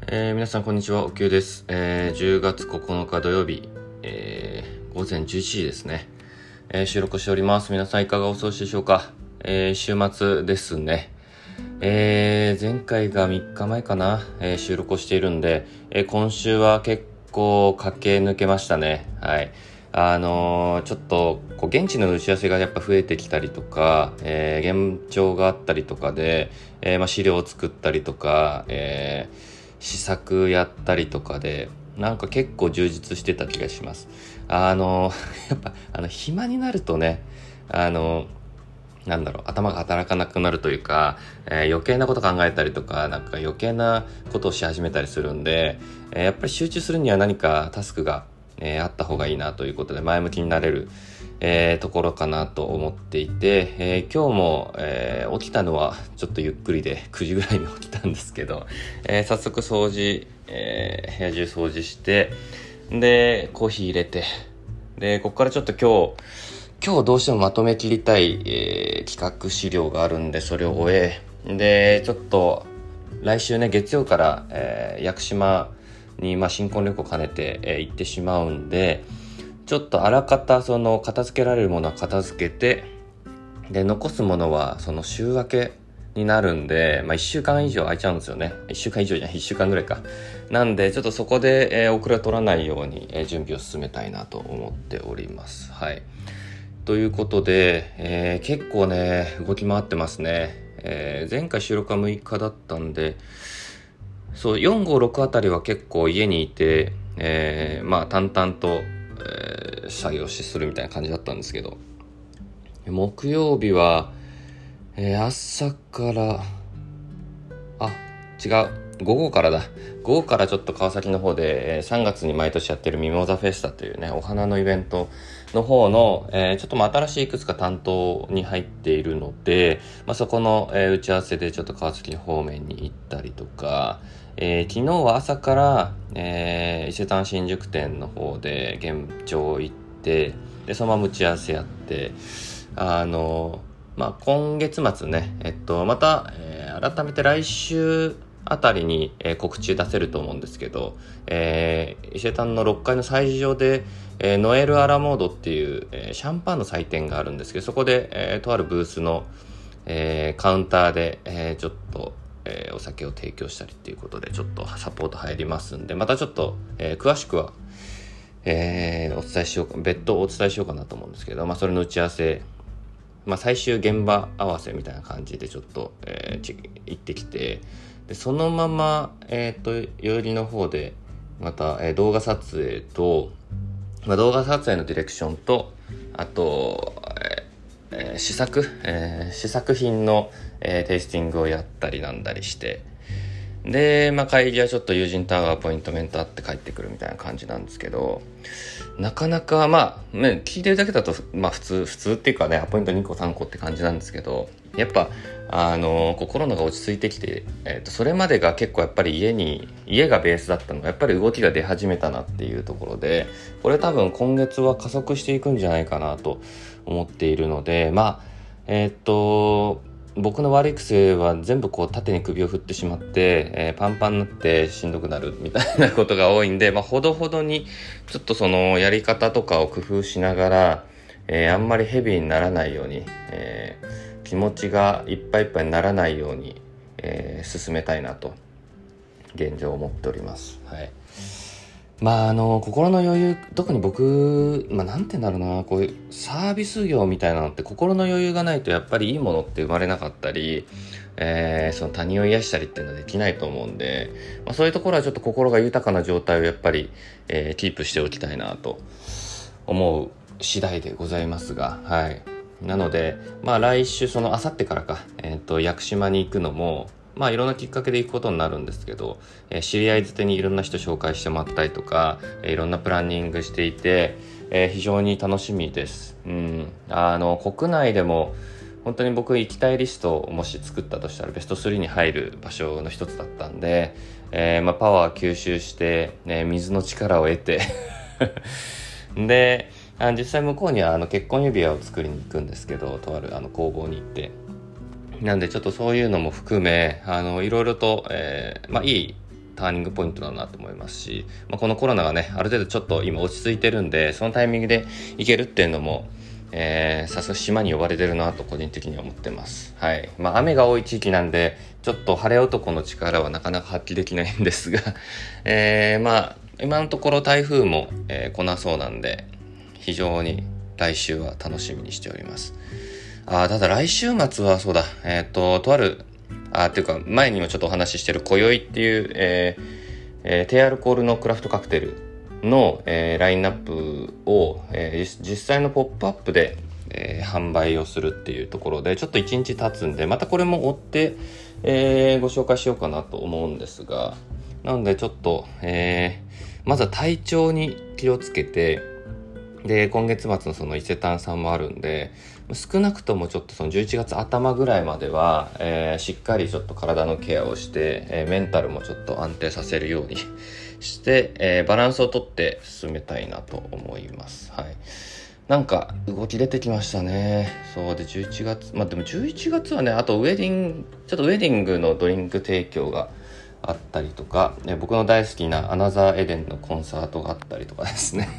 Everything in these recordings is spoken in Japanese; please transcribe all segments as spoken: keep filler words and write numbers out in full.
えー、皆さんこんにちは、おきゅうです。えー、じゅうがつここのか土曜日、えー、ごぜんじゅういちじですね、えー、収録しております。皆さんいかがお過ごしでしょうか。えー、週末ですね。えー、前回がみっかまえかな、えー、収録をしているんで、えー、今週は結構駆け抜けましたね。はい。あのー、ちょっとこう現地の打ち合わせがやっぱ増えてきたりとか、えー、現状があったりとかで、えーまあ、資料を作ったりとか、えー試作やったりとかでなんか結構充実してた気がします。あのやっぱあの暇になるとね、あのなんだろう頭が働かなくなるというか、えー、余計なこと考えたりとかなんか余計なことをし始めたりするんで、えー、やっぱり集中するには何かタスクが、えー、あった方がいいなということで前向きになれるえー、ところかなと思っていて、えー、今日も、えー、起きたのはちょっとゆっくりでくじぐらいに起きたんですけど、えー、早速掃除、えー、部屋中掃除してでコーヒー入れてでここからちょっと今日今日どうしてもまとめきりたい、えー、企画資料があるんでそれを終えでちょっと来週ね月曜から、えー、屋久島に、まあ、新婚旅行兼ねて、えー、行ってしまうんでちょっとあらかたその片付けられるものは片付けてで残すものはその週明けになるんで、まあ、いっしゅうかん以上空いちゃうんですよね。いっしゅうかん以上じゃないいっしゅうかんぐらいかなんでちょっとそこで、えー、遅れを取らないように、えー、準備を進めたいなと思っております。はいということで、えー、結構ね動き回ってますね。えー、前回収録はむいかだったんでそうよんごろくあたりは結構家にいて、えー、まあ淡々とえー、作業しするみたいな感じだったんですけど木曜日は、えー、朝からあ違う午後からだ午後からちょっと川崎の方で、えー、さんがつに毎年やってるミモザフェスタというねお花のイベントの方の、えー、ちょっとまあ新しいいくつか担当に入っているので、まあ、そこの、えー、打ち合わせでちょっと川崎方面に行ったりとかえー、昨日は朝から、えー、伊勢丹新宿店の方で現状行ってでそのまま打ち合わせやってあのまあ今月末ねえっとまた、えー、改めて来週あたりに、えー、告知出せると思うんですけど、えー、伊勢丹のろっかいの催事場で、えー、ノエルアラモードっていう、えー、シャンパンの祭典があるんですけどそこで、えー、とあるブースの、えー、カウンターで、えー、ちょっとえー、お酒を提供したりっていうことでちょっとサポート入りますんでまたちょっと、えー、詳しくは、えー、お伝えしよう別途お伝えしようかなと思うんですけど、まあ、それの打ち合わせ、まあ、最終現場合わせみたいな感じでちょっと、えー、行ってきてでそのまま、えー、と最寄りの方でまた、えー、動画撮影と、まあ、動画撮影のディレクションとあと、えー、試作、えー、試作品の、えー、テイスティングをやったりなんだりしてで、まあ、帰りはちょっと友人と会うアポイントメントあって帰ってくるみたいな感じなんですけどなかなかまあ、ね、聞いてるだけだと、まあ、普通普通っていうかねアポイントにこさんこって感じなんですけどやっぱあのこうコロナが落ち着いてきて、えー、とそれまでが結構やっぱり家に家がベースだったのがやっぱり動きが出始めたなっていうところでこれ多分今月は加速していくんじゃないかなと思っているのでまあえっ、ー、と僕の悪い癖は全部こう縦に首を振ってしまって、えー、パンパンになってしんどくなるみたいなことが多いんで、まあ、ほどほどにちょっとそのやり方とかを工夫しながら、えー、あんまりヘビーにならないように、えー、気持ちがいっぱいいっぱいにならないように、えー、進めたいなと現状思っております。はいまああの心の余裕特に僕まあなんて言うんだろうなこういうサービス業みたいなのって心の余裕がないとやっぱりいいものって生まれなかったり、えー、その他人を癒したりっていうのはできないと思うんで、まあ、そういうところはちょっと心が豊かな状態をやっぱり、えー、キープしておきたいなと思う次第でございますがはいなのでまあ来週そのあさってからかえっと屋久島に行くのもまあいろんなきっかけで行くことになるんですけど、えー、知り合いづてにいろんな人紹介してもらったりとか、えー、いろんなプランニングしていて、えー、非常に楽しみです。うん、あの国内でも本当に僕行きたいリストをもし作ったとしたらベストスリーに入る場所の一つだったんで、えーまあ、パワー吸収して、ね、水の力を得てであ実際向こうにはあの結婚指輪を作りに行くんですけどとあるあの工房に行ってなんでちょっとそういうのも含めあのいろいろと、えーまあ、いいターニングポイントだなと思いますし、まあ、このコロナがねある程度ちょっと今落ち着いてるんで、そのタイミングで行けるっていうのもえー、さすが島に呼ばれてるなと個人的には思ってます。はい。まあ雨が多い地域なんでちょっと晴れ男の力はなかなか発揮できないんですが、えー、まあ今のところ台風も、えー、来なそうなんで、非常に来週は楽しみにしております。あーただ来週末はそうだ、えっ、ー、ととあるあっていうか前にもちょっとお話ししてる今宵っていう、えーえー、低アルコールのクラフトカクテルの、えー、ラインナップを、えー、実際のポップアップで、えー、販売をするっていうところでちょっといちにち経つんで、またこれも追って、えー、ご紹介しようかなと思うんですが、なのでちょっと、えー、まずは体調に気をつけて、で今月末のその伊勢丹さんもあるんで、少なくともちょっとそのじゅういちがつ頭ぐらいまでは、えー、しっかりちょっと体のケアをして、えー、メンタルもちょっと安定させるようにして、えー、バランスをとって進めたいなと思います。はい。なんか動き出てきましたね。そうでじゅういちがつ、まあでもじゅういちがつはね、あとウェディングちょっとウェディングのドリンク提供があったりとか、ね、僕の大好きなアナザーエデンのコンサートがあったりとかですね。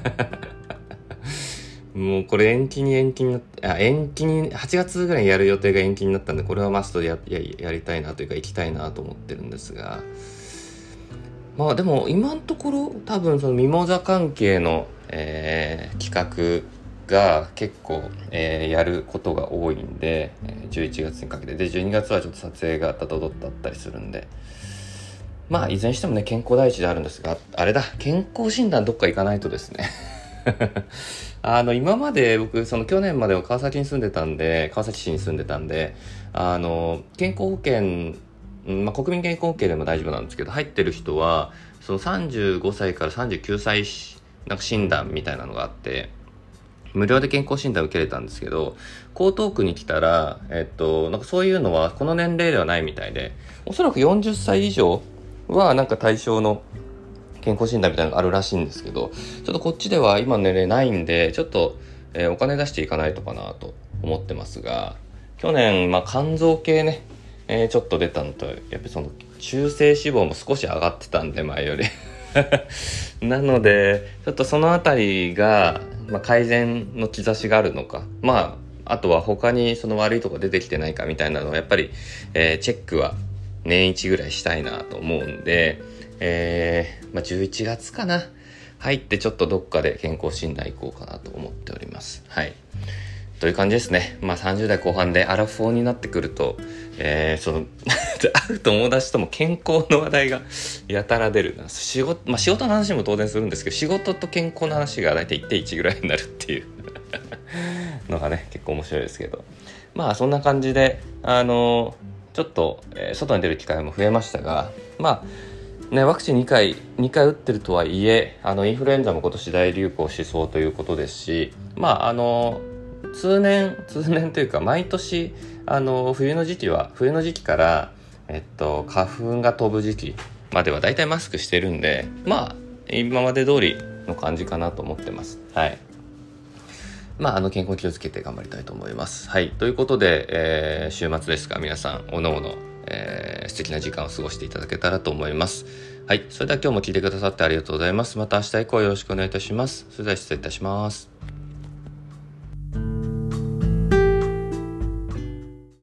もうこれ延期に延期になってあ延期にはちがつぐらいにやる予定が延期になったんで、これはマストで や, や, やりたいなというか行きたいなと思ってるんですが、まあでも今のところ多分そのミモザ関係の、えー、企画が結構、えー、やることが多いんで、じゅういちがつにかけてでじゅうにがつはちょっと撮影がたどどってあったりするんで、まあいずれにしてもね健康第一であるんですが、あれだ健康診断どっか行かないとですね。あの今まで僕その去年までは川崎に住んでたんで川崎市に住んでたんで、あの健康保険、まあ、国民健康保険でも大丈夫なんですけど、入ってる人はそのさんじゅうごさいからさんじゅうきゅうさいなんか診断みたいなのがあって、無料で健康診断受けれたんですけど、江東区に来たら、えっと、なんかそういうのはこの年齢ではないみたいで、おそらくよんじゅっさい以上はなんか対象の健康診断みたいなのがあるらしいんですけど、ちょっとこっちでは今の年齢ないんで、ちょっと、えー、お金出していかないとかなと思ってますが、去年、まあ、肝臓系ね、えー、ちょっと出たのと、やっぱりその中性脂肪も少し上がってたんで前よりなのでちょっとそのあたりが、まあ、改善の兆しがあるのか、まああとは他にその悪いとこ出てきてないかみたいなのをやっぱり、えー、チェックは年一ぐらいしたいなと思うんで、えーまあ、じゅういちがつかな入ってちょっとどっかで健康診断行こうかなと思っております。はいという感じですね。まあさんじゅう代後半でアラフォーになってくると、えー、その会う友達とも健康の話題がやたら出るな。仕事、まあ仕事の話も当然するんですけど、仕事と健康の話が大体いってんいちぐらいになるっていうのがね結構面白いですけど、まあそんな感じであのちょっと、えー、外に出る機会も増えましたが、まあねワクチンにかいにかい打ってるとはいえ、あのインフルエンザも今年大流行しそうということですし、まああの通年通年というか毎年あの冬の時期は冬の時期から、えっと、花粉が飛ぶ時期まではだいたいマスクしてるんで、まあ今まで通りの感じかなと思ってます。はいまあ、あの健康に気をつけて頑張りたいと思います。はいということで、えー、週末ですが皆さんおのおの、えー、素敵な時間を過ごしていただけたらと思います。はいそれでは今日も聞いてくださってありがとうございます。また明日以降よろしくお願いいたします。それでは失礼いたします。